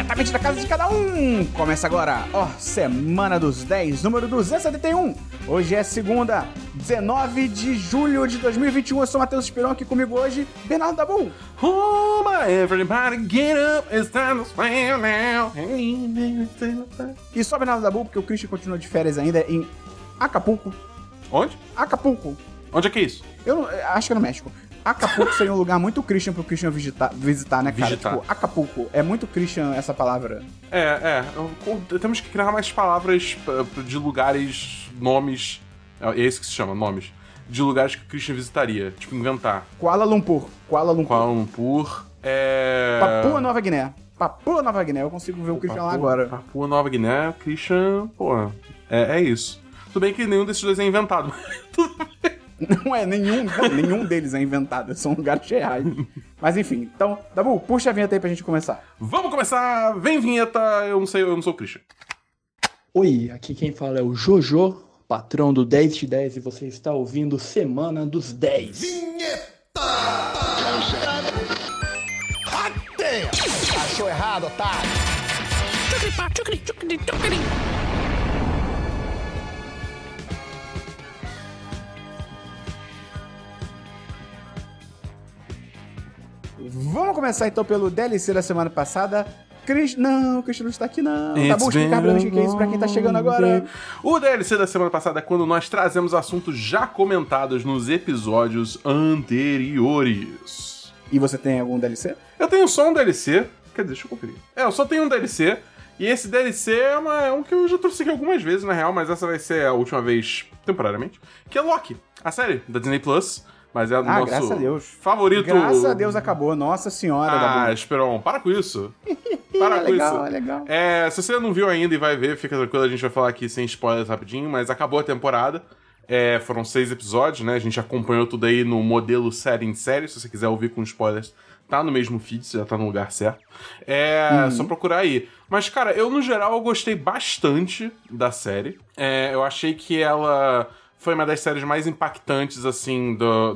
diretamente da casa de cada um. Começa agora, Semana dos 10, número 271. Hoje é segunda, 19 de julho de 2021. Eu sou o Matheus Esperon, aqui comigo hoje, Bernardo Dabu. Oh, my everybody get up, it's time to swim now. E só Bernardo Dabu, porque o Christian continua de férias ainda em Acapulco. Onde? Acapulco. Onde é que é isso? Acho que é no México. Acapulco seria um lugar muito Christian pro Christian visitar, né, cara? Visitar. Tipo, Acapulco. É muito Christian essa palavra. Temos que criar mais palavras de lugares, nomes. É esse que se chama, nomes. De lugares que o Christian visitaria. Tipo, inventar. Kuala Lumpur. Kuala Lumpur. Papua Nova Guiné. Papua Nova Guiné. Eu consigo ver o Christian lá agora. Papua Nova Guiné, Christian, pô. É isso. Tudo bem que nenhum desses dois é inventado. Tudo bem. Não é, nenhum deles é inventado, são lugares reais. Mas enfim, então, Dabu, puxa a vinheta aí pra gente começar. Vamos começar! Vem vinheta, eu não sou o Christian. Oi, aqui quem fala é o Jojo, patrão do 10 de 10, e você está ouvindo Semana dos 10. Vinheta! Hot damn! Achou errado, otário! Vamos começar então pelo DLC da semana passada. Não, o Christian não está aqui não. Tá bom, explicar pra mim o que é isso pra quem tá chegando agora. O DLC da semana passada é quando nós trazemos assuntos já comentados nos episódios anteriores. E você tem algum DLC? Eu tenho só um DLC. Quer dizer, deixa eu conferir. Eu só tenho um DLC. E esse DLC é um que eu já trouxe aqui algumas vezes, na real, mas essa vai ser a última vez temporariamente. Que é Loki, a série da Disney Plus. Mas é o nosso graças a Deus. Favorito. Graças a Deus acabou, nossa senhora. Esperon, para com isso. Para com legal, isso. É legal. Se você não viu ainda e vai ver, fica tranquilo, a gente vai falar aqui sem spoilers rapidinho, mas acabou a temporada. Foram 6 episódios, né? A gente acompanhou tudo aí no modelo série em série. Se você quiser ouvir com spoilers, tá no mesmo feed, você já tá no lugar certo. Só procurar aí. Mas, cara, eu no geral eu gostei bastante da série. Eu achei que ela foi uma das séries mais impactantes, assim,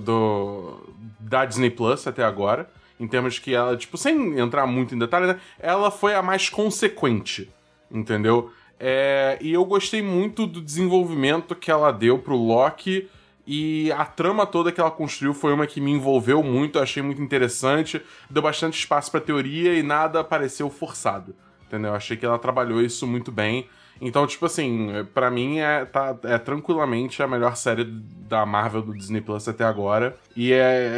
da Disney Plus até agora. Em termos que ela, tipo, sem entrar muito em detalhe, né? Ela foi a mais consequente, entendeu? E eu gostei muito do desenvolvimento que ela deu pro Loki. E a trama toda que ela construiu foi uma que me envolveu muito, eu achei muito interessante. Deu bastante espaço pra teoria e nada pareceu forçado, entendeu? Eu achei que ela trabalhou isso muito bem. Então, tipo assim, pra mim é tranquilamente a melhor série da Marvel do Disney Plus até agora. E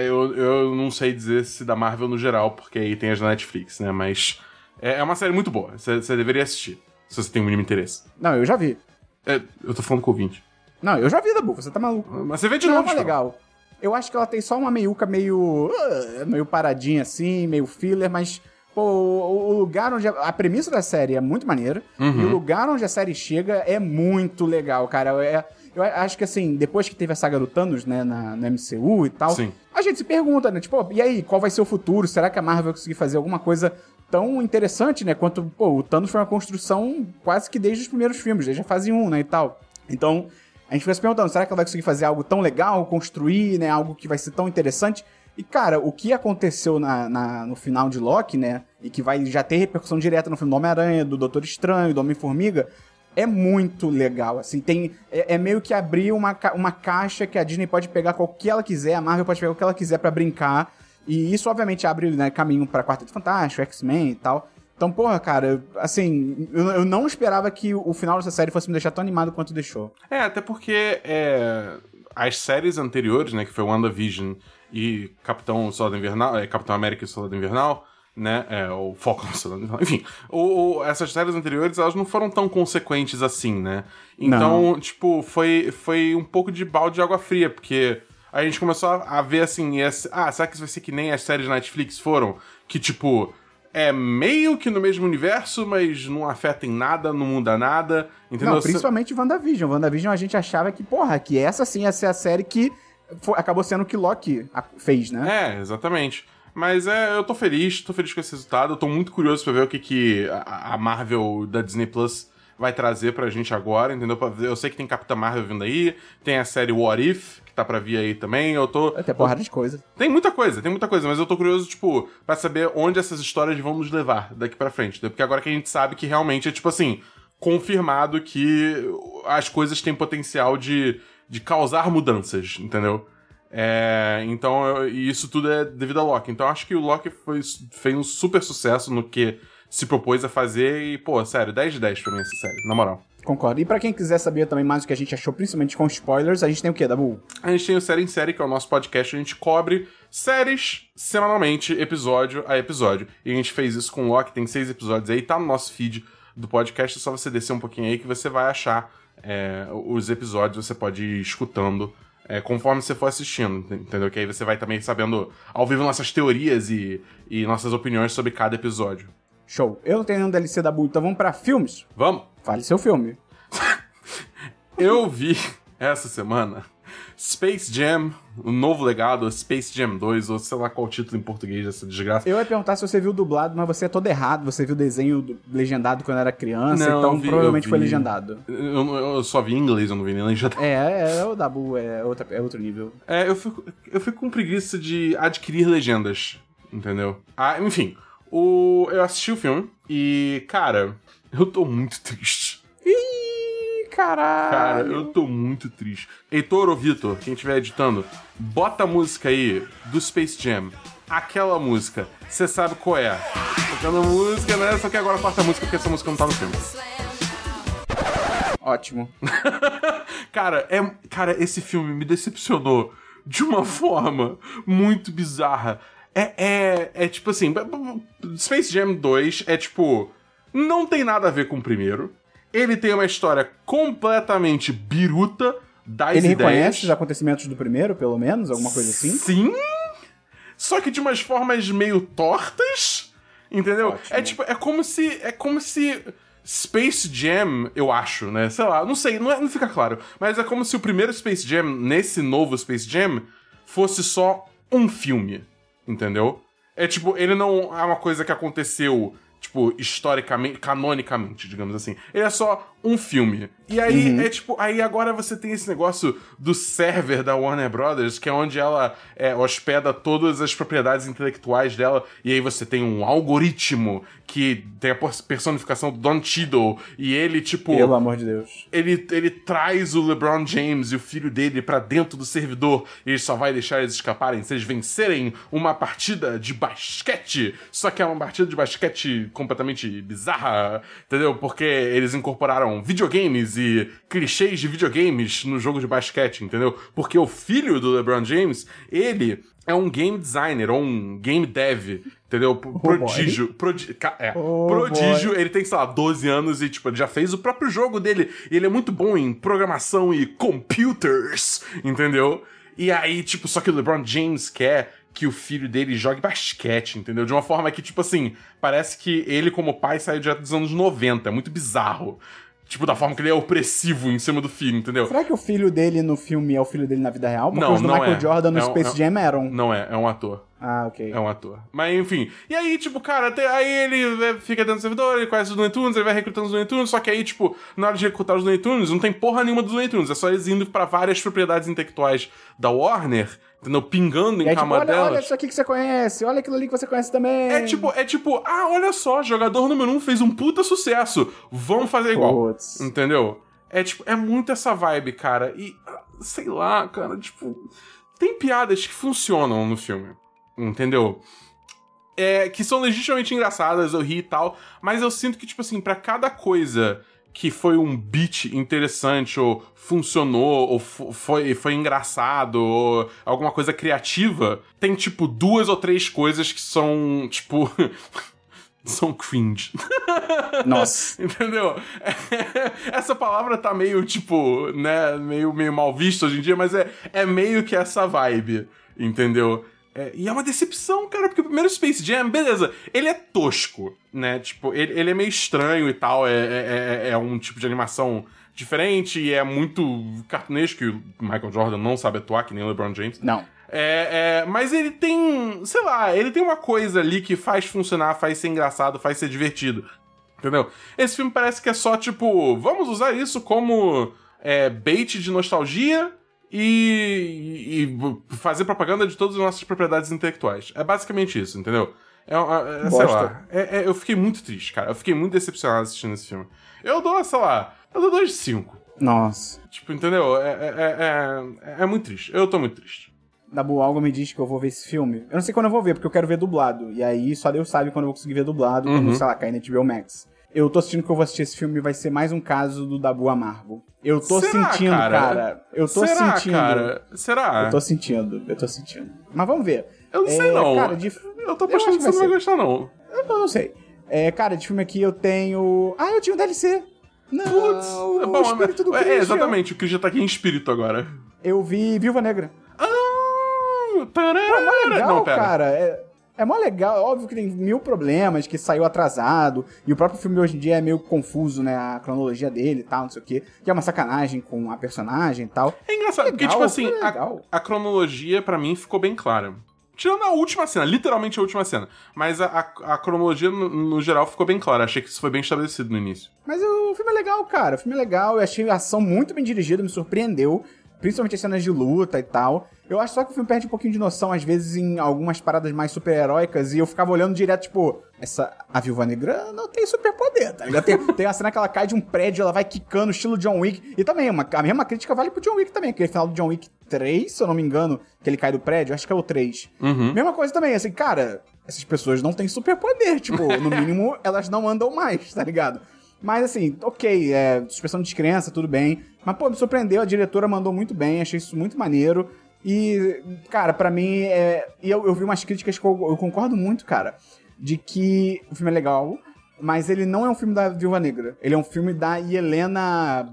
eu não sei dizer se da Marvel no geral, porque aí tem as da Netflix, né? Mas é uma série muito boa, você deveria assistir, se você tem o mínimo interesse. Não, eu já vi. Eu tô falando com o ouvinte. Não, eu já vi, Dabu, você tá maluco. Mas você vê de novo, Não, é legal. Eu acho que ela tem só uma meiuca meio paradinha assim, meio filler, mas pô, o lugar onde... A premissa da série é muito maneira, e o lugar onde a série chega é muito legal, cara. Eu acho que, assim, depois que teve a saga do Thanos, né, no MCU e tal, sim, a gente se pergunta, né, tipo, e aí, qual vai ser o futuro? Será que a Marvel vai conseguir fazer alguma coisa tão interessante, né, quanto, o Thanos foi uma construção quase que desde os primeiros filmes, desde a fase 1, né, e tal. Então, a gente fica se perguntando, será que ela vai conseguir fazer algo tão legal, construir, né, algo que vai ser tão interessante? E, cara, o que aconteceu no final de Loki, né, e que vai já ter repercussão direta no filme do Homem-Aranha, do Doutor Estranho, do Homem-Formiga, é muito legal, assim, é meio que abrir uma caixa que a Disney pode pegar qualquer ela quiser, a Marvel pode pegar o que ela quiser pra brincar, e isso, obviamente, abre, né, caminho pra Quarteto Fantástico, X-Men e tal. Então, porra, cara, assim, eu não esperava que o final dessa série fosse me deixar tão animado quanto deixou. Até porque as séries anteriores, né, que foi WandaVision e Capitão América e Soldado Invernal, né, o Falcão e Soldado Invernal, enfim, essas séries anteriores, elas não foram tão consequentes assim, né? Então, não. Tipo, foi um pouco de balde de água fria, porque a gente começou a ver assim, será que isso vai ser que nem as séries Netflix foram? Que, tipo, meio que no mesmo universo, mas não afeta em nada, não muda nada, entendeu? Não, principalmente WandaVision. WandaVision a gente achava que, porra, que essa sim ia ser a série que acabou sendo o que Loki fez, né? Exatamente. Mas eu tô feliz com esse resultado, eu tô muito curioso pra ver o que a Marvel da Disney Plus vai trazer pra gente agora, entendeu? Eu sei que tem Capitã Marvel vindo aí, tem a série What If, que tá pra vir aí também. Eu tô... Tem porrada de coisa. Tem muita coisa, mas eu tô curioso, tipo, pra saber onde essas histórias vão nos levar daqui pra frente. Porque agora que a gente sabe que realmente é, tipo assim, confirmado que as coisas têm potencial de causar mudanças, entendeu? Então, e isso tudo é devido ao Loki. Então, eu acho que o Loki fez um super sucesso no que se propôs a fazer e, pô, sério, 10 de 10 pra mim essa série, na moral. Concordo. E pra quem quiser saber também mais o que a gente achou, principalmente com spoilers, a gente tem o quê, Dabu? A gente tem o Série em Série, que é o nosso podcast, a gente cobre séries semanalmente, episódio a episódio. E a gente fez isso com o Loki, tem 6 episódios aí, tá no nosso feed do podcast, é só você descer um pouquinho aí que você vai achar os episódios, você pode ir escutando conforme você for assistindo, entendeu? Que aí você vai também sabendo ao vivo nossas teorias e nossas opiniões sobre cada episódio. Show. Eu não tenho nenhum DLC da Dabu, então vamos pra filmes? Vamos! Fale seu filme. Eu vi essa semana Space Jam, o novo legado, Space Jam 2, ou sei lá qual o título em português dessa desgraça. Eu ia perguntar se você viu dublado, mas você é todo errado. Você viu o desenho legendado quando era criança, Não, então provavelmente foi legendado. Eu só vi em inglês, eu não vi nem legendado. O Dabu é outro nível. Eu fico com preguiça de adquirir legendas, entendeu? Enfim, eu assisti o filme e, cara, eu tô muito triste. Ih, caralho. Cara, eu tô muito triste. Heitor ou Vitor, quem estiver editando, bota a música aí do Space Jam. Aquela música, você sabe qual é. Tocando música, né? Só que agora corta a música porque essa música não tá no filme. Ótimo. Cara, esse filme me decepcionou de uma forma muito bizarra. É tipo assim, Space Jam 2 é tipo, não tem nada a ver com o primeiro. Ele tem uma história completamente biruta das ideias. Ele reconhece os acontecimentos do primeiro, pelo menos? Alguma coisa assim? Sim! Só que de umas formas meio tortas, entendeu? Ótimo. É como se Space Jam, eu acho, né? Sei lá, não sei, não fica claro. Mas é como se o primeiro Space Jam, nesse novo Space Jam, fosse só um filme, entendeu? Ele não é uma coisa que aconteceu, tipo, historicamente, canonicamente, digamos assim. Ele é só um filme. E aí, aí agora você tem esse negócio do server da Warner Brothers, que é onde ela hospeda todas as propriedades intelectuais dela, e aí você tem um algoritmo que tem a personificação do Don Cheadle, e ele, tipo... Pelo amor de Deus. Ele traz o LeBron James e o filho dele pra dentro do servidor, e ele só vai deixar eles escaparem se eles vencerem uma partida de basquete. Só que é uma partida de basquete completamente bizarra, entendeu? Porque eles incorporaram videogames e clichês de videogames no jogo de basquete, entendeu? Porque o filho do LeBron James, ele é um game designer, ou um game dev, entendeu? Prodígio. Prodígio, ele tem, sei lá, 12 anos e, tipo, ele já fez o próprio jogo dele. E ele é muito bom em programação e computers, entendeu? E aí, tipo, só que o LeBron James quer que o filho dele jogue basquete, entendeu? De uma forma que, tipo assim, parece que ele, como pai, saiu direto dos anos 90. É muito bizarro. Tipo, da forma que ele é opressivo em cima do filho, entendeu? Será que o filho dele no filme é o filho dele na vida real? Porque não, os do Michael Jordan no Space Jam eram. Não é um ator. Ah, ok. É um ator. Mas, enfim. E aí, tipo, cara, aí ele fica dentro do servidor, ele conhece os Looney Tunes, ele vai recrutando os Looney Tunes, só que aí, tipo, na hora de recrutar os Looney Tunes, não tem porra nenhuma dos Looney Tunes, é só eles indo pra várias propriedades intelectuais da Warner, entendeu? Pingando em cama delas. Olha isso aqui que você conhece, olha aquilo ali que você conhece também. É tipo, olha só, jogador número 1 fez um puta sucesso, vamos fazer igual. Puts. Entendeu? É muito essa vibe, cara. E, sei lá, cara, tipo, tem piadas que funcionam no filme. Entendeu? Que são legitimamente engraçadas, eu ri e tal, mas eu sinto que, tipo assim, pra cada coisa que foi um beat interessante, ou funcionou, ou foi engraçado, ou alguma coisa criativa, tem, tipo, 2 ou 3 coisas que são, tipo... são cringe. Nossa. Entendeu? Essa palavra tá meio, tipo, né, meio mal vista hoje em dia, mas é meio que essa vibe, entendeu? E é uma decepção, cara, porque o primeiro Space Jam, beleza, ele é tosco, né? Tipo, ele é meio estranho e tal, é um tipo de animação diferente e é muito cartunesco, que o Michael Jordan não sabe atuar, que nem o LeBron James. Não. Mas ele tem, sei lá, ele tem uma coisa ali que faz funcionar, faz ser engraçado, faz ser divertido, entendeu? Esse filme parece que é só, tipo, vamos usar isso como bait de nostalgia e fazer propaganda de todas as nossas propriedades intelectuais. É basicamente isso, entendeu? Sei lá. Eu fiquei muito triste, cara. Eu fiquei muito decepcionado assistindo esse filme. Eu dou, sei lá, 2 de 5. Nossa. Tipo, entendeu? É muito triste. Eu tô muito triste. Dabu, algo me diz que eu vou ver esse filme. Eu não sei quando eu vou ver, porque eu quero ver dublado. E aí só Deus sabe quando eu vou conseguir ver dublado, quando, sei lá, cair na HBO Max. Eu tô sentindo que eu vou assistir esse filme e vai ser mais um caso do Dabu amargo. Eu tô sentindo, cara. Eu tô sentindo. Cara? Será? Eu tô sentindo. Mas vamos ver. Eu não sei, não. Cara, eu tô apostando que você não vai gostar, não. Eu não sei. Cara, de filme aqui eu tenho... eu tinha um DLC. Não, Putz, o espírito do Christian. Exatamente, o Christian tá aqui em espírito agora. Eu vi Viúva Negra. Tarará. É mó legal, Não, pera. cara. É mó legal. Óbvio que tem 1000 problemas, que saiu atrasado. E o próprio filme hoje em dia é meio confuso, né? A cronologia dele e tal, não sei o quê. Que é uma sacanagem com a personagem e tal. É engraçado, legal, porque, tipo assim, a cronologia pra mim ficou bem clara. Tirando a última cena, literalmente a última cena. Mas a cronologia, no geral, ficou bem clara. Achei que isso foi bem estabelecido no início. Mas o filme é legal, cara. O filme é legal. Eu achei a ação muito bem dirigida, me surpreendeu. Principalmente as cenas de luta e tal. Eu acho só que o filme perde um pouquinho de noção, às vezes, em algumas paradas mais super-heróicas. E eu ficava olhando direto, tipo... A Viúva Negra não tem superpoder, tá ligado? Tem a cena que ela cai de um prédio, ela vai quicando, estilo John Wick. E também, a mesma crítica vale pro John Wick também. Aquele final do John Wick 3, se eu não me engano, que ele cai do prédio. Acho que é o 3. Uhum. Mesma coisa também, assim, cara... Essas pessoas não têm superpoder. Tipo, no mínimo, elas não andam mais, tá ligado? Mas assim, ok, suspensão de descrença, tudo bem. Mas, pô, me surpreendeu, a diretora mandou muito bem, achei isso muito maneiro. E, cara, pra mim, eu vi umas críticas que eu concordo muito, cara, de que o filme é legal, mas ele não é um filme da Viúva Negra. Ele é um filme da Yelena...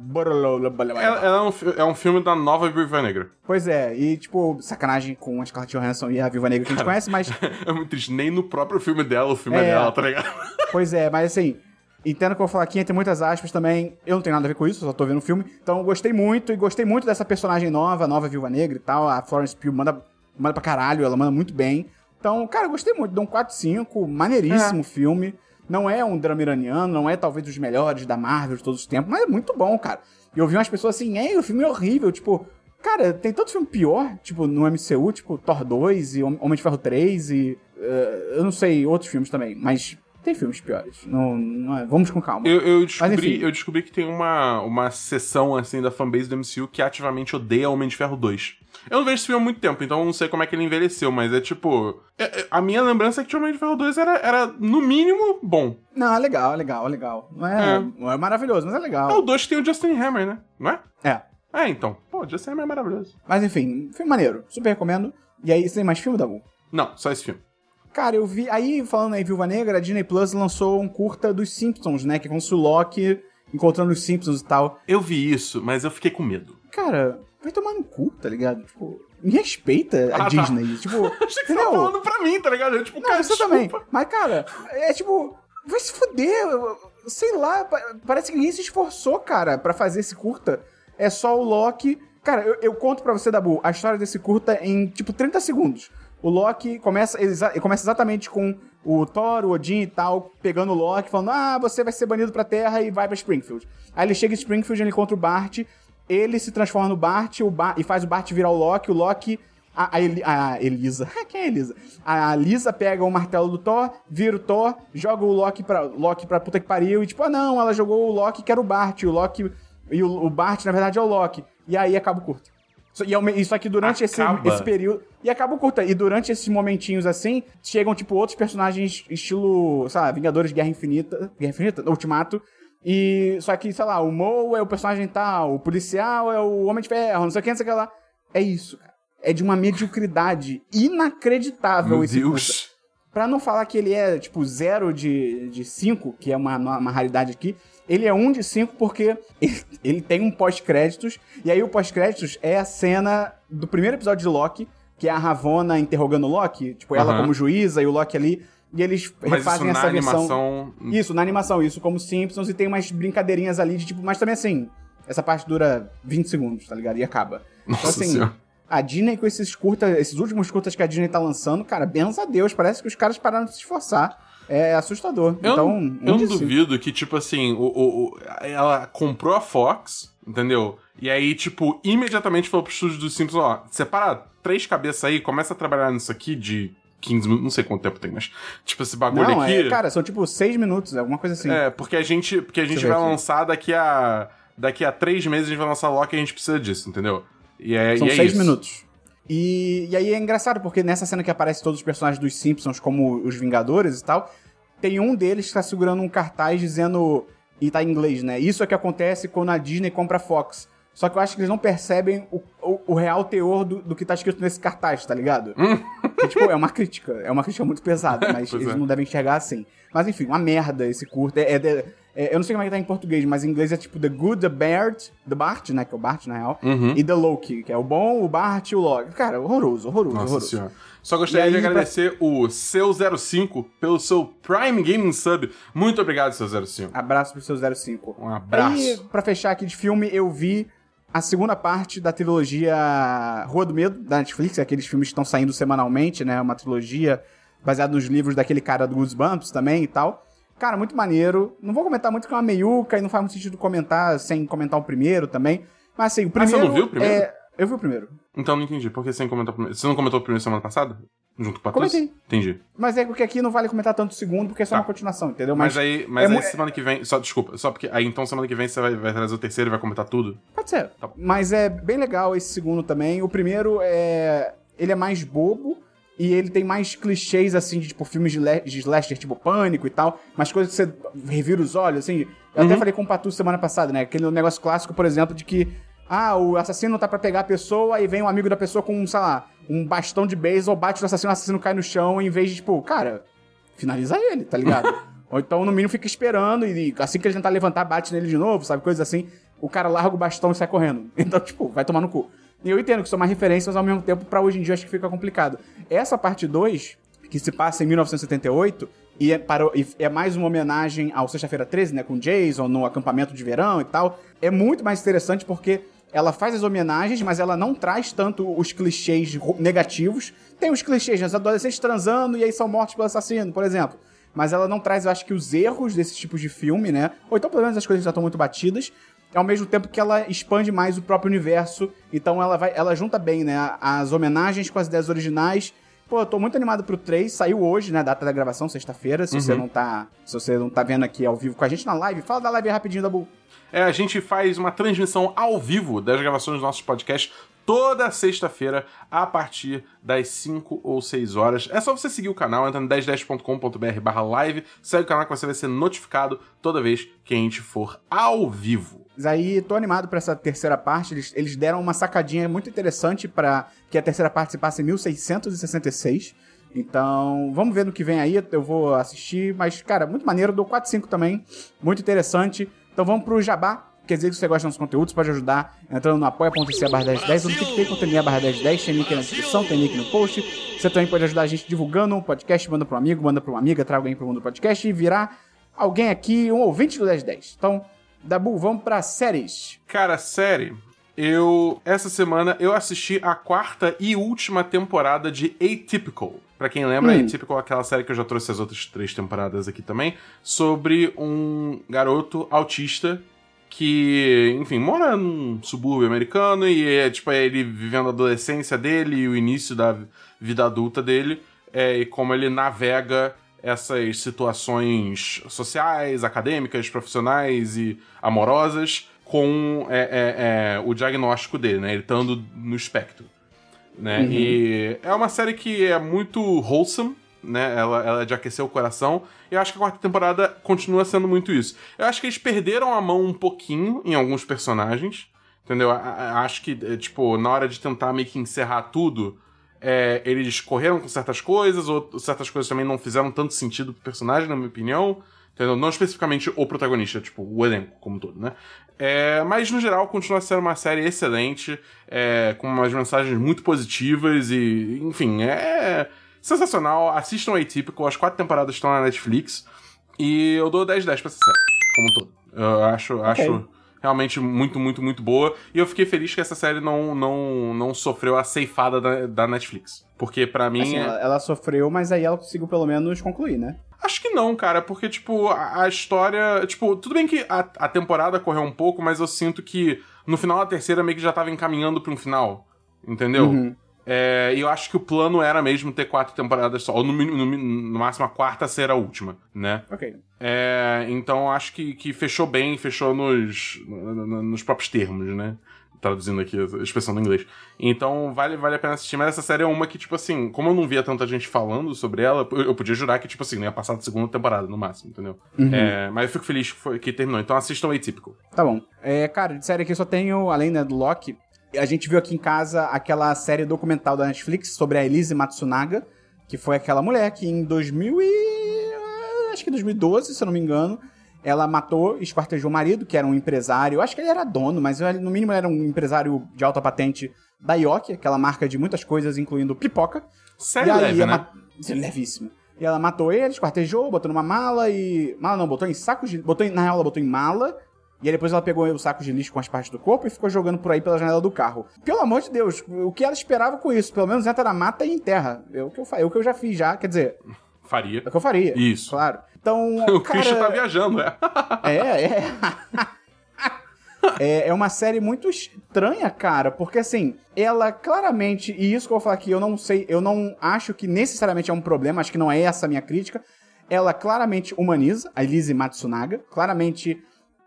É um filme da nova Viúva Negra. Pois é, e tipo, sacanagem com a Scarlett Johansson e a Viúva Negra que a gente conhece, mas... É muito triste, nem no próprio filme dela o filme é dela, tá ligado? Pois é, mas assim... Entendo que eu vou falar aqui, tem muitas aspas também. Eu não tenho nada a ver com isso, só tô vendo o filme. Então eu gostei muito, e gostei muito dessa personagem nova Viúva Negra e tal. A Florence Pugh manda pra caralho, ela manda muito bem. Então, cara, eu gostei muito. Dou um 4/5, maneiríssimo filme. Não é um drama iraniano, não é talvez dos melhores da Marvel de todos os tempos, mas é muito bom, cara. E eu vi umas pessoas assim, o filme é horrível, tipo... Cara, tem tanto filme pior, tipo, no MCU, tipo Thor 2 e Homem de Ferro 3 e... eu não sei, outros filmes também, mas... Tem filmes piores. Não é. Vamos com calma. Eu descobri que tem uma seção, assim, da fanbase do MCU que ativamente odeia Homem de Ferro 2. Eu não vejo esse filme há muito tempo, então eu não sei como é que ele envelheceu, mas é tipo... A minha lembrança é que o Homem de Ferro 2 era no mínimo, bom. Não, é legal. Não é maravilhoso, mas é legal. É o 2 que tem o Justin Hammer, né? Não é? Então. Pô, o Justin Hammer é maravilhoso. Mas enfim, filme maneiro. Super recomendo. E aí, você tem mais filme, Dabu? Não, só esse filme. Cara, eu vi... Aí, falando aí Viúva Negra, a Disney Plus lançou um curta dos Simpsons, né? Que é como se o Loki encontrando os Simpsons e tal. Eu vi isso, mas eu fiquei com medo. Cara, vai tomar no cu, tá ligado? Tipo, me respeita a Disney. Tá. Tipo, achei que você tava falando pra mim, tá ligado? Eu, tipo, não, cara, você também. Mas, cara, tipo... Vai se fuder. Sei lá, parece que ninguém se esforçou, cara, pra fazer esse curta. É só o Loki... Cara, eu conto pra você, Dabu, a história desse curta em, tipo, 30 segundos. O Loki começa exatamente com o Thor, o Odin e tal, pegando o Loki, falando, você vai ser banido pra Terra e vai pra Springfield. Aí ele chega em Springfield, ele encontra o Bart, ele se transforma no Bart, e faz o Bart virar o Loki, a Elisa... Quem é a Elisa? A Lisa pega o martelo do Thor, vira o Thor, joga o Loki pra puta que pariu, e tipo, não, ela jogou o Loki que era o Bart, e o Bart, na verdade, é o Loki. E aí acaba o curto. Isso aqui durante esse período... E acaba o curta. E durante esses momentinhos assim, chegam, tipo, outros personagens estilo, sei lá, Vingadores Guerra Infinita? Ultimato. E só que, sei lá, o Mo é o personagem tal, o policial é o Homem de Ferro, não sei o que lá. É isso, cara. É de uma mediocridade inacreditável. Meu esse Deus. curta. Pra não falar que ele é, tipo, 0 de 5, que é uma raridade aqui, ele é 1 de 5 porque ele tem um pós-créditos, e aí o pós-créditos é a cena do primeiro episódio de Loki, que é a Ravonna interrogando o Loki, tipo, ela como juíza e o Loki ali, e eles refazem essa versão... Isso, na animação, isso como Simpsons, e tem umas brincadeirinhas ali de tipo, mas também assim, essa parte dura 20 segundos, tá ligado? E acaba. Nossa então assim, Senhora. A Disney com esses últimos curtas que a Disney tá lançando, cara, benza a Deus, parece que os caras pararam de se esforçar. É assustador. Eu não duvido que, tipo assim, ela comprou a Fox, entendeu? E aí, tipo, imediatamente falou pro estúdio dos Simpsons, ó, separa 3 cabeças aí, começa a trabalhar nisso aqui de 15 minutos, não sei quanto tempo tem, mas, tipo, esse bagulho Não, aqui... cara, são tipo 6 minutos, alguma coisa assim. Porque a gente vai lançar daqui a 3 meses, a gente vai lançar Loki e a gente precisa disso, entendeu? São 6 minutos. E aí é engraçado, porque nessa cena que aparece todos os personagens dos Simpsons, como os Vingadores e tal, tem um deles que tá segurando um cartaz dizendo, e tá em inglês, né? Isso é o que acontece quando a Disney compra a Fox. Só que eu acho que eles não percebem o real teor do que tá escrito nesse cartaz, tá ligado? Que, tipo, é uma crítica muito pesada, mas eles não devem enxergar assim. Mas enfim, uma merda esse curto. Eu não sei como é que tá em português, mas em inglês é tipo The Good, The Bad, The Bart, né? Que é o Bart, na real. E The Loki, que é o bom, o Bart e o Loki. Cara, horroroso. Nossa senhora. Só gostaria de agradecer o Seu05 pelo seu Prime Gaming Sub. Muito obrigado, Seu05. Abraço pro Seu05. Um abraço. E pra fechar aqui de filme, eu vi a segunda parte da trilogia Rua do Medo, da Netflix, aqueles filmes que estão saindo semanalmente, né? Uma trilogia baseada nos livros daquele cara do Goosebumps também e tal. Cara, muito maneiro. Não vou comentar muito porque é uma meiuca e não faz muito sentido comentar sem comentar o primeiro também. Mas assim, o primeiro... você não viu o primeiro? Eu vi o primeiro. Então não entendi. Por que sem comentar o primeiro? Você não comentou o primeiro semana passada? Junto com o Patrus? Comentei. Entendi. Mas é porque aqui não vale comentar tanto o segundo, porque é só uma continuação, entendeu? Mas aí semana que vem... Desculpa, só porque... Aí então semana que vem você vai trazer o terceiro e vai comentar tudo? Pode ser. Tá bom. Mas é bem legal esse segundo também. O primeiro ele é mais bobo e ele tem mais clichês, assim, de tipo filmes de slasher, tipo Pânico e tal. Mas coisas que você revira os olhos, assim. Eu até falei com o Patu semana passada, né? Aquele negócio clássico, por exemplo, de que o assassino tá pra pegar a pessoa e vem um amigo da pessoa com, sei lá, um bastão de beisebol, bate no assassino, o assassino cai no chão, em vez de, tipo, cara, finaliza ele, tá ligado? Ou então, no mínimo, fica esperando e assim que ele tentar levantar, bate nele de novo, sabe? Coisas assim. O cara larga o bastão e sai correndo. Então, tipo, vai tomar no cu. E eu entendo que são mais referências, mas ao mesmo tempo, pra hoje em dia, acho que fica complicado. Essa parte 2, que se passa em 1978, e é mais uma homenagem ao Sexta-feira 13, né? Com Jason, no acampamento de verão e tal. É muito mais interessante porque ela faz as homenagens, mas ela não traz tanto os clichês negativos. Tem os clichês, né? Os adolescentes transando e aí são mortos pelo assassino, por exemplo. Mas ela não traz, eu acho que, os erros desses tipos de filme, né? Ou então, pelo menos, as coisas já estão muito batidas. Ao mesmo tempo que ela expande mais o próprio universo. Então, ela junta bem, né? As homenagens com as ideias originais. Pô, eu tô muito animado pro 3. Saiu hoje, né? Data da gravação, sexta-feira. Se você não tá vendo aqui ao vivo com a gente na live, fala da live rapidinho, Dabu. A gente faz uma transmissão ao vivo das gravações dos nossos podcasts toda sexta-feira, a partir das 5 ou 6 horas. É só você seguir o canal, entra no 1010.com.br/live, segue o canal que você vai ser notificado toda vez que a gente for ao vivo. Mas aí, tô animado pra essa terceira parte. Eles deram uma sacadinha muito interessante pra que a terceira parte se passe em 1666. Então, vamos ver no que vem aí. Eu vou assistir, mas, cara, muito maneiro. Dou 4/5 também. Muito interessante. Então vamos pro Jabá. Quer dizer que se você gosta dos nossos conteúdos, pode ajudar entrando no apoia.se/1010 ou no picpay.me/1010. Tem link na descrição, tem link no post. Você também pode ajudar a gente divulgando um podcast, manda pra um amigo, manda pra uma amiga, traga alguém pro mundo do podcast e virar alguém aqui, um ouvinte do 1010. Então, Dabu, vamos pra séries. Cara, série... Essa semana, eu assisti a 4ª e última temporada de Atypical. Pra quem lembra, Atypical é aquela série que eu já trouxe as outras 3 temporadas aqui também, sobre um garoto autista que, enfim, mora num subúrbio americano e é ele vivendo a adolescência dele e o início da vida adulta dele, e como ele navega essas situações sociais, acadêmicas, profissionais e amorosas com o diagnóstico dele, né? Ele estando no espectro, né? E é uma série que é muito wholesome, né? Ela é de aquecer o coração. E eu acho que a 4ª temporada continua sendo muito isso. Eu acho que eles perderam a mão um pouquinho em alguns personagens, entendeu? Acho que, na hora de tentar meio que encerrar tudo, eles correram com certas coisas, ou certas coisas também não fizeram tanto sentido pro personagem, na minha opinião. Entendeu? Não especificamente o protagonista, o elenco como um todo, né? Mas, no geral, continua sendo uma série excelente, com umas mensagens muito positivas e, enfim, é sensacional. Assistam Atypical, as 4 temporadas estão na Netflix e eu dou 10/10 pra essa série, como um todo. Eu acho realmente muito, muito, muito boa. E eu fiquei feliz que essa série não sofreu a ceifada da Netflix. Porque pra mim... Assim, ela sofreu, mas aí ela conseguiu pelo menos concluir, né? Acho que não, cara, porque, tipo, a história... Tipo, tudo bem que a temporada correu um pouco, mas eu sinto que no final da terceira meio que já tava encaminhando pra um final, entendeu? Uhum. E eu acho que o plano era mesmo ter 4 temporadas só, ou no máximo a quarta ser a última, né? Ok. Então acho que fechou bem, fechou nos próprios termos, né? Traduzindo aqui a expressão do inglês. Então vale a pena assistir, mas essa série é uma que, tipo assim, como eu não via tanta gente falando sobre ela, eu podia jurar que, tipo assim, não ia passar da segunda temporada, no máximo, entendeu? Uhum. Mas eu fico feliz que terminou, então assistam Atypical. Tá bom. Cara, de série aqui eu só tenho, além, né, do Loki, a gente viu aqui em casa aquela série documental da Netflix sobre a Elise Matsunaga, que foi aquela mulher que em 2012, se eu não me engano, ela matou e esquartejou o marido, que era um empresário. Eu acho que ele era dono, mas no mínimo ele era um empresário de alta patente da Yoki, aquela marca de muitas coisas, incluindo pipoca. Sério, leve, né? Levíssimo. E ela matou ele, esquartejou, botou numa mala e... Mala não, botou em sacos de... Na real, ela botou em mala. E aí depois ela pegou os sacos de lixo com as partes do corpo e ficou jogando por aí pela janela do carro. Pelo amor de Deus, o que ela esperava com isso? Pelo menos entra na mata e enterra. É o que eu já fiz já, quer dizer... Faria. É o que eu faria. Isso. Claro. Então, o Christian tá viajando, É uma série muito estranha, cara, porque assim, ela claramente, e isso que eu vou falar aqui, eu não acho que necessariamente é um problema, acho que não é essa a minha crítica, ela claramente humaniza a Elise Matsunaga, claramente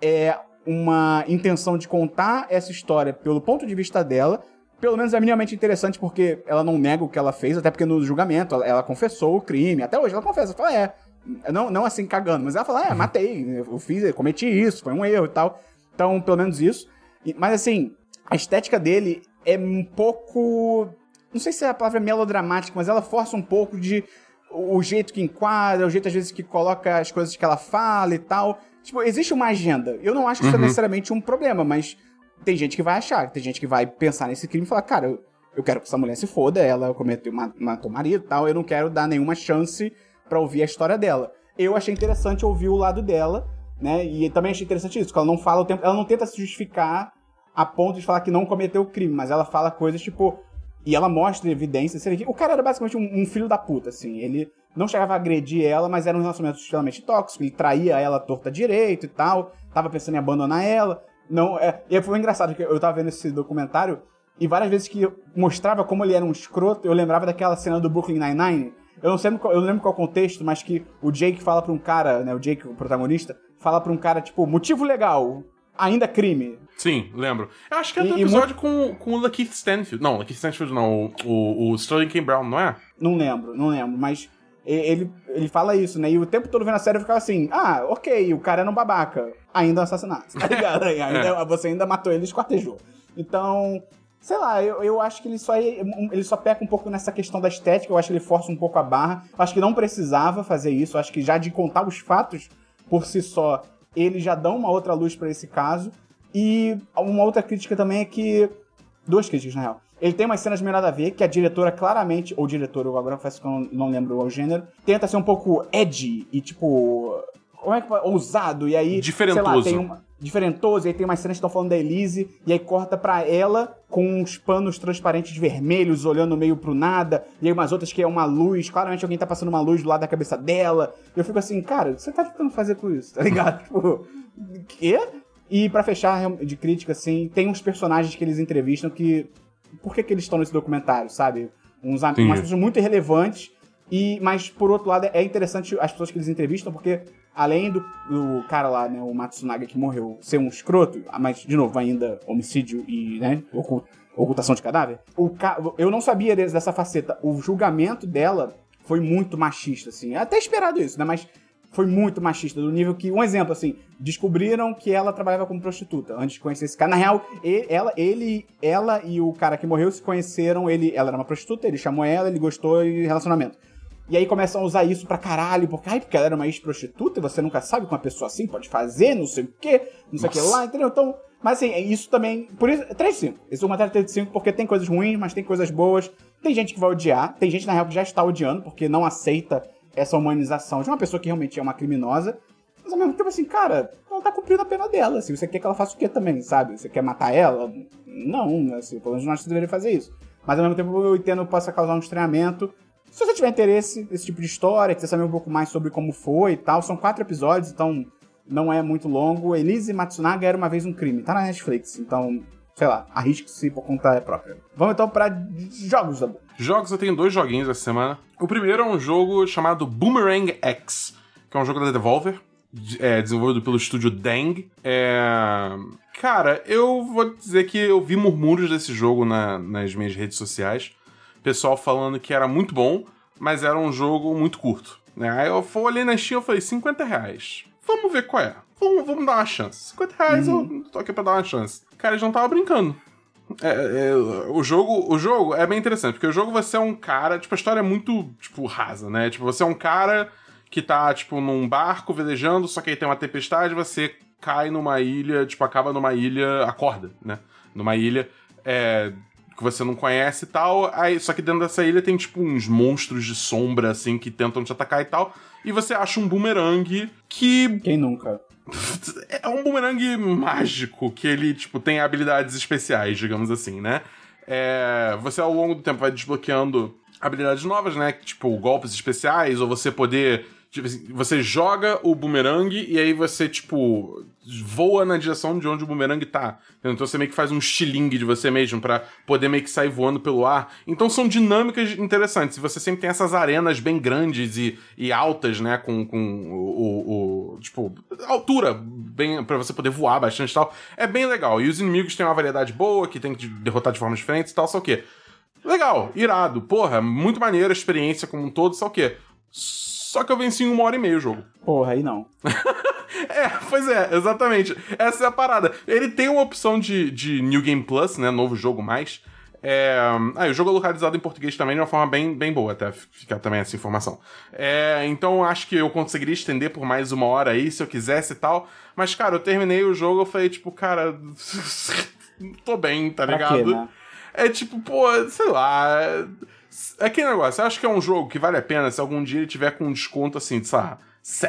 é uma intenção de contar essa história pelo ponto de vista dela, pelo menos é minimamente interessante porque ela não nega o que ela fez, até porque no julgamento ela confessou o crime, até hoje ela confessa, fala, não assim cagando, mas ela fala, matei, eu cometi isso, foi um erro e tal. Então, pelo menos isso. Mas assim, a estética dele é um pouco... Não sei se a palavra é melodramática, mas ela força um pouco de... O jeito que enquadra, o jeito às vezes que coloca as coisas que ela fala e tal. Tipo, existe uma agenda. Eu não acho que isso é necessariamente um problema, mas tem gente que vai achar, tem gente que vai pensar nesse crime e falar, cara, eu quero que essa mulher se foda, ela matou o marido e tal, eu não quero dar nenhuma chance pra ouvir a história dela. Eu achei interessante ouvir o lado dela, né? E também achei interessante isso, que ela não fala o tempo, ela não tenta se justificar a ponto de falar que não cometeu o crime, mas ela fala coisas tipo, e ela mostra evidências. O cara era basicamente um filho da puta, assim. Ele não chegava a agredir ela, mas era um relacionamento extremamente tóxico, ele traía ela torta direito e tal, tava pensando em abandonar ela. Não, e foi engraçado, que eu tava vendo esse documentário, e várias vezes que mostrava como ele era um escroto, eu lembrava daquela cena do Brooklyn Nine-Nine. Eu não lembro qual contexto, mas que o Jake fala pra um cara, né, o Jake, o protagonista, fala pra um cara, tipo, motivo legal, ainda crime. Sim, lembro. Eu acho que é do episódio com o Lakeith Stanfield. Não, Lakeith Stanfield não, o Sterling K. Brown, não é? Não lembro, mas ele fala isso, né, e o tempo todo vendo a série eu ficava assim, ok, o cara era um babaca, ainda é um assassinato, tá ligado? Você ainda matou ele e esquartejou. Então... Sei lá, eu acho que ele só peca um pouco nessa questão da estética, eu acho que ele força um pouco a barra, eu acho que não precisava fazer isso, eu acho que já de contar os fatos por si só, eles já dão uma outra luz pra esse caso, e uma outra crítica também é que... Duas críticas, na real. Ele tem umas cenas meio nada a ver, que a diretora claramente, ou diretor, eu agora confesso que eu não lembro o gênero, tenta ser um pouco edgy e tipo... Como é que ousado, e aí... Diferentoso. Sei lá, diferentoso, e aí tem umas cenas que estão falando da Elise, e aí corta pra ela com uns panos transparentes vermelhos, olhando meio pro nada, e aí umas outras que é uma luz, claramente alguém tá passando uma luz do lado da cabeça dela, e eu fico assim, cara, o que você tá tentando fazer com isso, tá ligado? Tipo, quê? E pra fechar de crítica, assim, tem uns personagens que eles entrevistam que... Por que eles estão nesse documentário, sabe? Umas pessoas muito irrelevantes, mas por outro lado é interessante as pessoas que eles entrevistam, porque além do cara lá, né, o Matsunaga que morreu, ser um escroto, mas de novo ainda homicídio e, né, ocultação de cadáver, eu não sabia dessa faceta. O julgamento dela foi muito machista, assim, até esperado isso, né, mas foi muito machista, do nível que, um exemplo, assim, descobriram que ela trabalhava como prostituta antes de conhecer esse cara. Na real, ela e o cara que morreu se conheceram, ela era uma prostituta, ele chamou ela, ele gostou e relacionamento. E aí começam a usar isso pra caralho, porque ela era uma ex-prostituta e você nunca sabe o que uma pessoa assim pode fazer, não sei o quê, não sei o que lá, entendeu? Então, mas assim, isso também, por isso, 3 de 5. Esse documentário é 3 de 5 porque tem coisas ruins, mas tem coisas boas. Tem gente que vai odiar, tem gente na real que já está odiando porque não aceita essa humanização de uma pessoa que realmente é uma criminosa. Mas ao mesmo tempo, assim, cara, ela tá cumprindo a pena dela. Se você quer que ela faça o quê também, sabe? Você quer matar ela? Não, assim, pelo menos não acho que você deveria fazer isso. Mas ao mesmo tempo eu entendo que possa causar um estranhamento. Se você tiver interesse nesse tipo de história, quiser saber um pouco mais sobre como foi e tal, são 4 episódios, então não é muito longo. Elise Matsunaga Era Uma Vez um Crime, tá na Netflix, então, sei lá, arrisque-se por conta própria. Vamos então pra jogos, Dabu. Jogos, eu tenho 2 joguinhos essa semana. O primeiro é um jogo chamado Boomerang X, que é um jogo da Devolver, desenvolvido pelo estúdio Dang. Cara, eu vou dizer que eu vi murmúrios desse jogo nas minhas redes sociais. Pessoal falando que era muito bom, mas era um jogo muito curto, né? Aí eu olhei na Steam e falei, R$50. Vamos ver qual é. Vamos dar uma chance. R$50 eu tô aqui pra dar uma chance. Cara, eles não estavam brincando. O jogo é bem interessante, porque o jogo você é um cara... Tipo, a história é muito, tipo, rasa, né? Tipo, você é um cara que tá, tipo, num barco velejando, só que aí tem uma tempestade, você cai numa ilha, tipo, acaba numa ilha... Acorda, né? Numa ilha... que você não conhece e tal, aí, só que dentro dessa ilha tem, tipo, uns monstros de sombra, assim, que tentam te atacar e tal, e você acha um bumerangue que... Quem nunca? É um bumerangue mágico, que ele, tipo, tem habilidades especiais, digamos assim, né? Você, ao longo do tempo, vai desbloqueando habilidades novas, né? Tipo, golpes especiais, ou você poder... Tipo assim, você joga o bumerangue e aí você, tipo, voa na direção de onde o bumerangue tá. Então você meio que faz um estilingue de você mesmo pra poder meio que sair voando pelo ar. Então são dinâmicas interessantes. E você sempre tem essas arenas bem grandes e altas, né? Com tipo, altura bem pra você poder voar bastante e tal. É bem legal. E os inimigos têm uma variedade boa, que tem que derrotar de formas diferentes e tal, só o quê? Legal, irado. Porra, muito maneiro a experiência como um todo, só o quê? Só que eu venci em 1h30 o jogo. Porra, aí não. Pois é, exatamente. Essa é a parada. Ele tem uma opção de New Game Plus, né? Novo jogo mais. O jogo é localizado em português também de uma forma bem boa, até ficar também essa informação. Então acho que eu conseguiria estender por mais 1 hora aí, se eu quisesse e tal. Mas, cara, eu terminei o jogo, eu falei, tipo, cara, tô bem, tá ligado? Pra quê, né? Tipo, pô, sei lá... É aquele negócio, eu acho que é um jogo que vale a pena se algum dia ele tiver com um desconto assim, de, sei lá,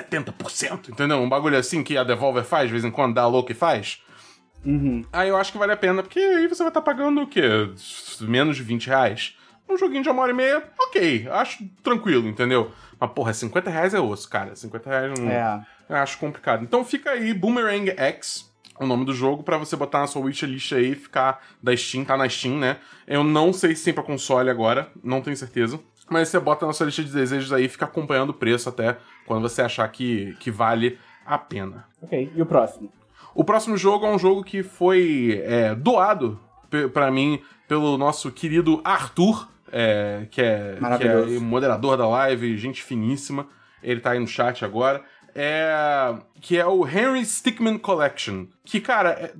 70%, entendeu? Um bagulho assim que a Devolver faz, de vez em quando dá a louca e faz. Aí eu acho que vale a pena, porque aí você vai estar pagando o quê? Menos de R$20. Um joguinho de 1h30, ok, acho tranquilo, entendeu? Mas, porra, R$50 é osso, cara. R$50 não... Eu acho complicado. Então fica aí, Boomerang X, o nome do jogo, pra você botar na sua wishlist aí e ficar da Steam, tá na Steam, né? Eu não sei se tem pra console agora, não tenho certeza. Mas você bota na sua lista de desejos aí e fica acompanhando o preço até quando você achar que vale a pena. Ok, e o próximo? O próximo jogo é um jogo que foi doado pra mim pelo nosso querido Arthur, que é moderador da live, gente finíssima. Ele tá aí no chat agora. Que é o Henry Stickmin Collection. Que, cara,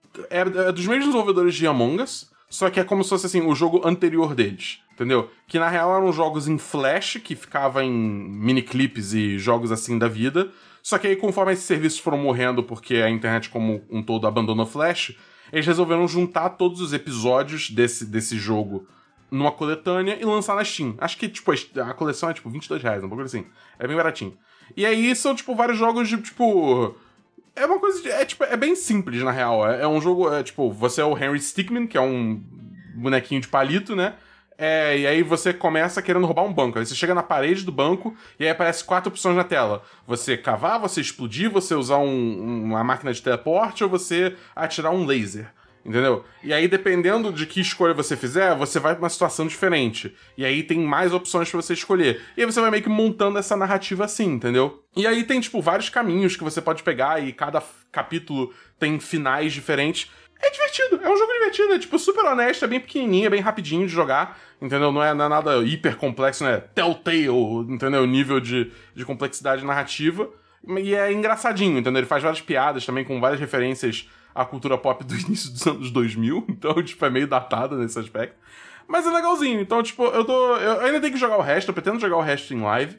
é dos mesmos desenvolvedores de Among Us, só que é como se fosse, assim, o jogo anterior deles, entendeu? Que, na real, eram jogos em Flash, que ficava em miniclips e jogos assim da vida. Só que aí, conforme esses serviços foram morrendo, porque a internet como um todo abandonou Flash, eles resolveram juntar todos os episódios desse jogo numa coletânea e lançar na Steam. Acho que, tipo, a coleção é, tipo, R$22, um pouco assim. É bem baratinho. E aí são, tipo, vários jogos de, tipo... É uma coisa... É bem simples, na real. É um jogo... tipo, você é o Henry Stickmin, que é um bonequinho de palito, né? E aí você começa querendo roubar um banco. Aí você chega na parede do banco e aí aparece 4 opções na tela. Você cavar, você explodir, você usar uma máquina de teleporte ou você atirar um laser. Entendeu? E aí, dependendo de que escolha você fizer, você vai pra uma situação diferente. E aí tem mais opções pra você escolher. E aí você vai meio que montando essa narrativa assim, entendeu? E aí tem, tipo, vários caminhos que você pode pegar e cada capítulo tem finais diferentes. É divertido, é um jogo divertido, é tipo super honesto, é bem pequenininho, é bem rapidinho de jogar, entendeu? Não é nada hiper complexo, não é Telltale, entendeu? O nível de complexidade narrativa. E é engraçadinho, entendeu? Ele faz várias piadas também com várias referências à cultura pop do início dos anos 2000, então, tipo, é meio datado nesse aspecto. Mas é legalzinho, então, tipo, eu ainda tenho que jogar o resto, eu pretendo jogar o resto em live,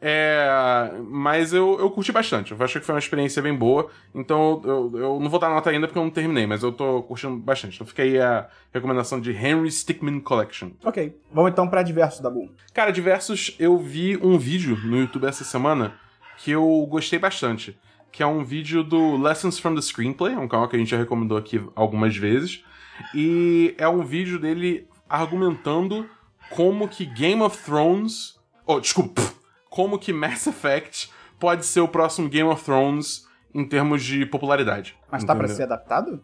mas eu curti bastante, eu acho que foi uma experiência bem boa, então eu não vou dar nota ainda porque eu não terminei, mas eu tô curtindo bastante, então fica aí a recomendação de Henry Stickmin Collection. Ok, vamos então pra Diversos, Dabu. Cara, Diversos, eu vi um vídeo no YouTube essa semana que eu gostei bastante. que é um vídeo do Lessons from the Screenplay, um canal que a gente já recomendou aqui algumas vezes, e é um vídeo dele argumentando como que Game of Thrones... como que Mass Effect pode ser o próximo Game of Thrones em termos de popularidade. Mas tá pra ser adaptado?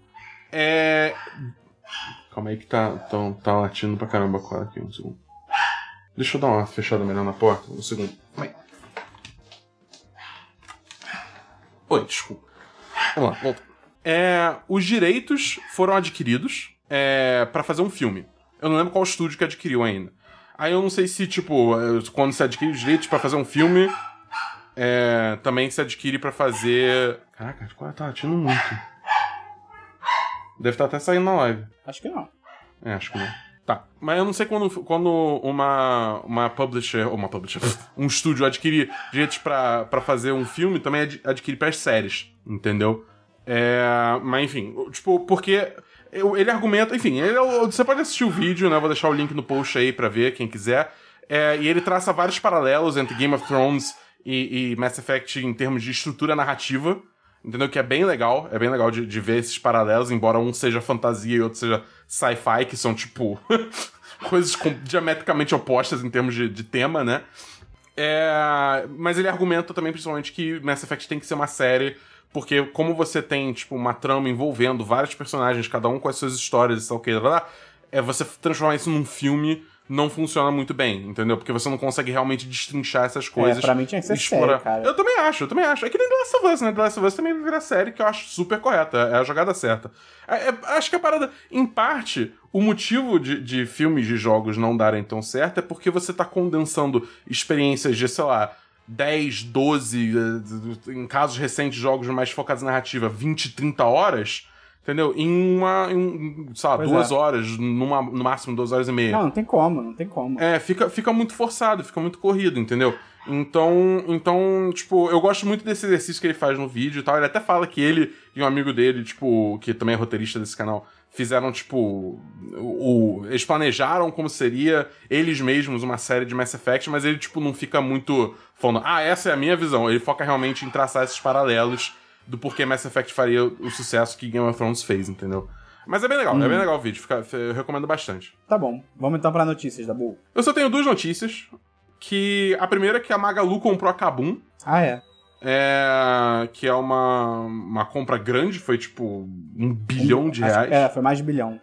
Calma aí que tá latindo pra caramba agora aqui, um segundo. Deixa eu dar uma fechada melhor na porta, um segundo. Calma aí. Oi, desculpa. Vamos lá, volta. Os direitos foram adquiridos pra fazer um filme. Eu não lembro qual estúdio que adquiriu ainda. Aí eu não sei se, tipo, quando se adquire os direitos pra fazer um filme, também se adquire pra fazer... Caraca, tá latindo muito. Deve estar até saindo na live. Acho que não. Acho que não. Tá. Mas eu não sei quando uma publisher, um estúdio adquire direitos pra fazer um filme, também adquire pras séries, entendeu? Mas enfim, tipo, porque ele argumenta, enfim, você pode assistir o vídeo, né? Vou deixar o link no post aí pra ver, quem quiser. E ele traça vários paralelos entre Game of Thrones e Mass Effect em termos de estrutura narrativa, entendeu? Que é bem legal de ver esses paralelos, embora um seja fantasia e outro seja sci-fi, que são, tipo, coisas diametricamente opostas em termos de tema, né? Mas ele argumenta também, principalmente, que Mass Effect tem que ser uma série, porque como você tem, tipo, uma trama envolvendo vários personagens, cada um com as suas histórias e tal, você transformar isso num filme não funciona muito bem, entendeu? Porque você não consegue realmente destrinchar essas coisas. Pra mim tinha que ser série, cara. Eu também acho. É que nem The Last of Us, né? The Last of Us também vai virar série, que eu acho super correta. É a jogada certa. Acho que a parada, em parte, o motivo de filmes de jogos não darem tão certo é porque você tá condensando experiências de, sei lá, 10, 12, em casos recentes, jogos mais focados em narrativa, 20, 30 horas... Entendeu? Sei lá, 2 horas, no máximo 2 horas e meia. Não tem como. Fica muito forçado, fica muito corrido, entendeu? Então, tipo, eu gosto muito desse exercício que ele faz no vídeo e tal. Ele até fala que ele e um amigo dele, tipo, que também é roteirista desse canal, fizeram, tipo, eles planejaram como seria eles mesmos uma série de Mass Effect, mas ele, tipo, não fica muito falando, essa é a minha visão. Ele foca realmente em traçar esses paralelos do porquê Mass Effect faria o sucesso que Game of Thrones fez, entendeu? Mas é bem legal, é bem legal o vídeo, eu recomendo bastante. Tá bom, vamos então pra notícias, Dabu. Eu só tenho 2 notícias, que a primeira é que a Magalu comprou a Kabum. Que é uma compra grande, foi tipo $1 bilhão. Foi mais de $1 bilhão.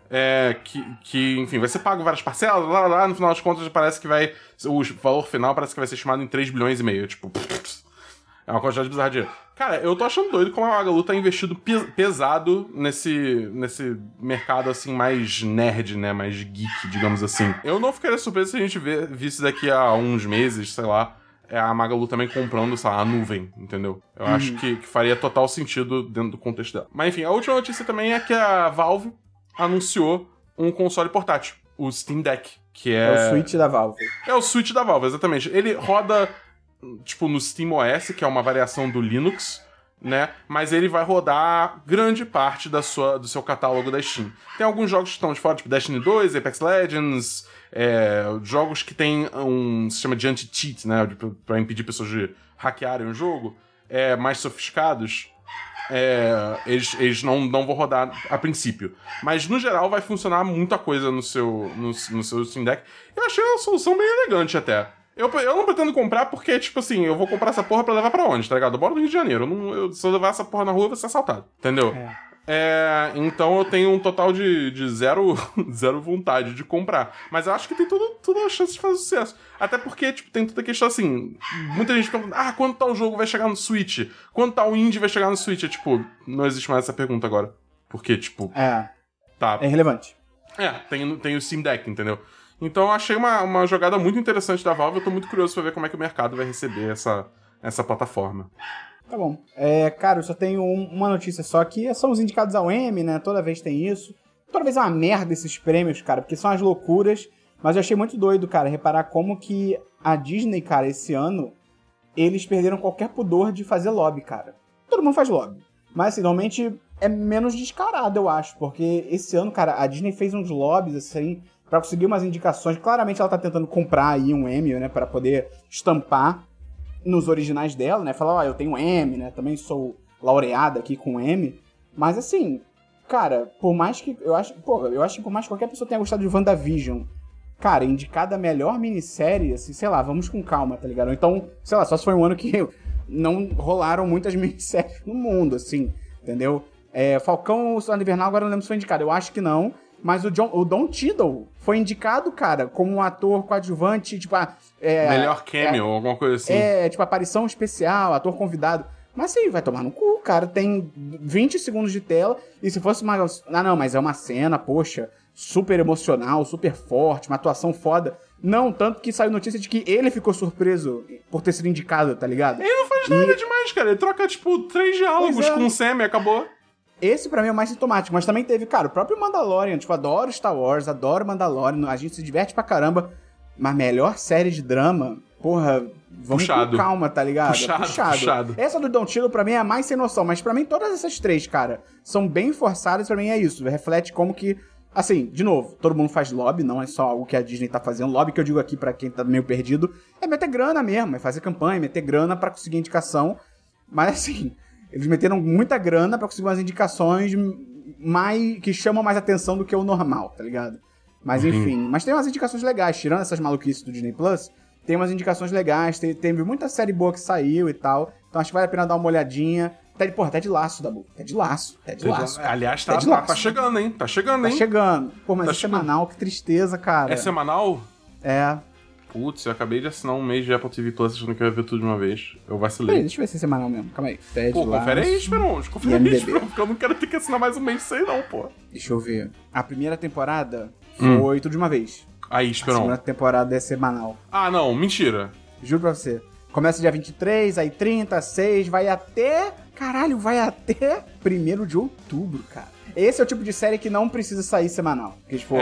Que, enfim, vai ser pago várias parcelas, lá, no final das contas parece que o valor final parece que vai ser estimado em 3,5 bilhões, tipo... É uma quantidade bizarra de dinheiro. Cara, eu tô achando doido como a Magalu tá investido pesado nesse mercado, assim, mais nerd, né? Mais geek, digamos assim. Eu não ficaria surpreso se a gente visse daqui a uns meses, sei lá, a Magalu também comprando, sei lá, a nuvem, entendeu? Eu acho que faria total sentido dentro do contexto dela. Mas enfim, a última notícia também é que a Valve anunciou um console portátil, o Steam Deck, que é... É o Switch da Valve. É o Switch da Valve, exatamente. Ele roda... tipo, no SteamOS, que é uma variação do Linux, né? Mas ele vai rodar grande parte do seu catálogo da Steam. Tem alguns jogos que estão de fora, tipo Destiny 2, Apex Legends, jogos que tem um sistema de anti-cheat, né? Pra impedir pessoas de hackearem o jogo, mais sofisticados. Eles não vão rodar a princípio. Mas, no geral, vai funcionar muita coisa no seu Steam Deck. Eu achei uma solução bem elegante, até. Eu não pretendo comprar porque, tipo assim, eu vou comprar essa porra pra levar pra onde, tá ligado? Eu moro no Rio de Janeiro. Se eu levar essa porra na rua, eu vou ser assaltado. Entendeu? Então eu tenho um total de zero vontade de comprar. Mas eu acho que tem toda a chance de fazer sucesso. Até porque, tipo, tem toda a questão assim... Muita gente pergunta, quando tal jogo vai chegar no Switch? Quando tal indie vai chegar no Switch? Tipo, não existe mais essa pergunta agora. Porque, tipo... Tá. É irrelevante. Tem o Steam Deck, entendeu? Então eu achei uma jogada muito interessante da Valve. Eu tô muito curioso pra ver como é que o mercado vai receber essa plataforma. Tá bom. Cara, eu só tenho uma notícia só, que são os indicados ao Emmy, né? Toda vez tem isso. Toda vez é uma merda esses prêmios, cara, porque são as loucuras. Mas eu achei muito doido, cara, reparar como que a Disney, cara, esse ano, eles perderam qualquer pudor de fazer lobby, cara. Todo mundo faz lobby. Mas, assim, normalmente é menos descarado, eu acho. Porque esse ano, cara, a Disney fez uns lobbies, assim... pra conseguir umas indicações. Claramente ela tá tentando comprar aí um Emmy, né, para poder estampar. nos originais dela, né? Falar, eu tenho M, né? Também sou laureada aqui com M. Mas assim, cara, por mais que... Eu acho que por mais que qualquer pessoa tenha gostado de WandaVision, cara, indicada a melhor minissérie, assim, sei lá, vamos com calma, tá ligado? Então, sei lá, só se foi um ano que não rolaram muitas minisséries no mundo, assim, entendeu? Falcão, o Soldado Invernal, agora eu não lembro se foi indicado. Eu acho que não. Mas o Don Cheadle foi indicado, cara, como um ator coadjuvante, tipo... melhor cameo, alguma coisa assim. Tipo, aparição especial, ator convidado. Mas sim, vai tomar no cu, cara. Tem 20 segundos de tela. E se fosse uma... Ah, não, mas é uma cena, poxa, super emocional, super forte, uma atuação foda. Não, tanto que saiu notícia de que ele ficou surpreso por ter sido indicado, tá ligado? Ele não faz nada demais, cara. Ele troca, tipo, 3 diálogos com o Sam e acabou. Esse pra mim é o mais sintomático, mas também teve, cara, o próprio Mandalorian. Tipo, adoro Star Wars, adoro Mandalorian, a gente se diverte pra caramba. Mas melhor série de drama, porra, vamos com calma, tá ligado? Puxado. Essa do Don Cheadle pra mim é a mais sem noção, mas pra mim todas essas 3, cara, são bem forçadas, pra mim é isso. Reflete como que, assim, de novo, todo mundo faz lobby, não é só algo que a Disney tá fazendo. Lobby que eu digo aqui pra quem tá meio perdido, é meter grana mesmo, é fazer campanha, meter grana pra conseguir indicação. Mas assim... Eles meteram muita grana pra conseguir umas indicações que chamam mais atenção do que o normal, tá ligado? Mas enfim, mas tem umas indicações legais, tirando essas maluquices do Disney Plus, tem umas indicações legais, teve muita série boa que saiu e tal, então acho que vale a pena dar uma olhadinha. Ted Lasso, Dabu. Ted Lasso. Aliás, tá chegando, hein? Tá chegando. Pô, mas é semanal, que tristeza, cara. É semanal? É. Putz, eu acabei de assinar um mês de Apple TV Plus achando que eu ia ver tudo de uma vez. Eu vacilei. Peraí, deixa eu ver se é semanal mesmo. Calma aí. Confere aí, Esperon. Confere aí, Esperon, porque eu não quero ter que assinar mais um mês sem não, pô. Deixa eu ver. A primeira temporada foi tudo de uma vez. Aí, Esperon. A segunda temporada é semanal. Ah, não. Mentira. Juro pra você. Começa dia 23, aí 30, 6, vai até... Caralho, vai até 1º de outubro, cara. Esse é o tipo de série que não precisa sair semanal. Porque, tipo,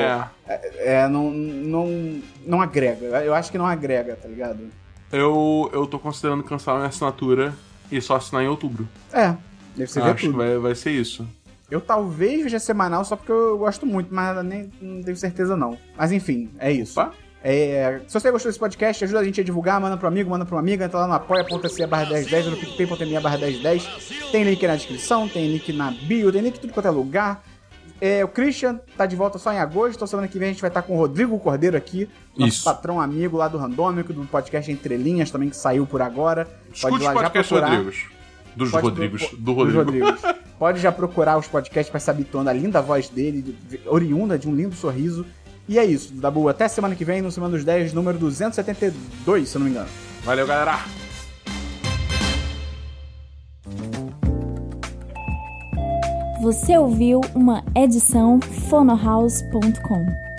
não agrega. Eu acho que não agrega, tá ligado? Eu tô considerando cancelar minha assinatura e só assinar em outubro. Deve ser ver tudo. Acho que vai ser isso. Eu talvez veja semanal só porque eu gosto muito, mas não tenho certeza não. Mas enfim, é isso. Opa. Se você gostou desse podcast, ajuda a gente a divulgar, manda pro amigo, manda pra uma amiga, entra lá no apoia.se/1010 ou no picpay.me/1010. Tem link na descrição, tem link na bio, tem link em tudo quanto é lugar. O Christian tá de volta só em agosto, então semana que vem a gente vai estar com o Rodrigo Cordeiro aqui, nosso patrão amigo lá do Randômico, do podcast Entre Linhas também, que saiu por agora. Pode ir lá já procurar. Do Rodrigo. Pode já procurar os podcasts pra se habituando à linda voz dele, oriunda de um lindo sorriso. E é isso, Dabu. Até semana que vem, no Semana dos 10, número 272, se eu não me engano. Valeu, galera! Você ouviu uma edição fonohouse.com.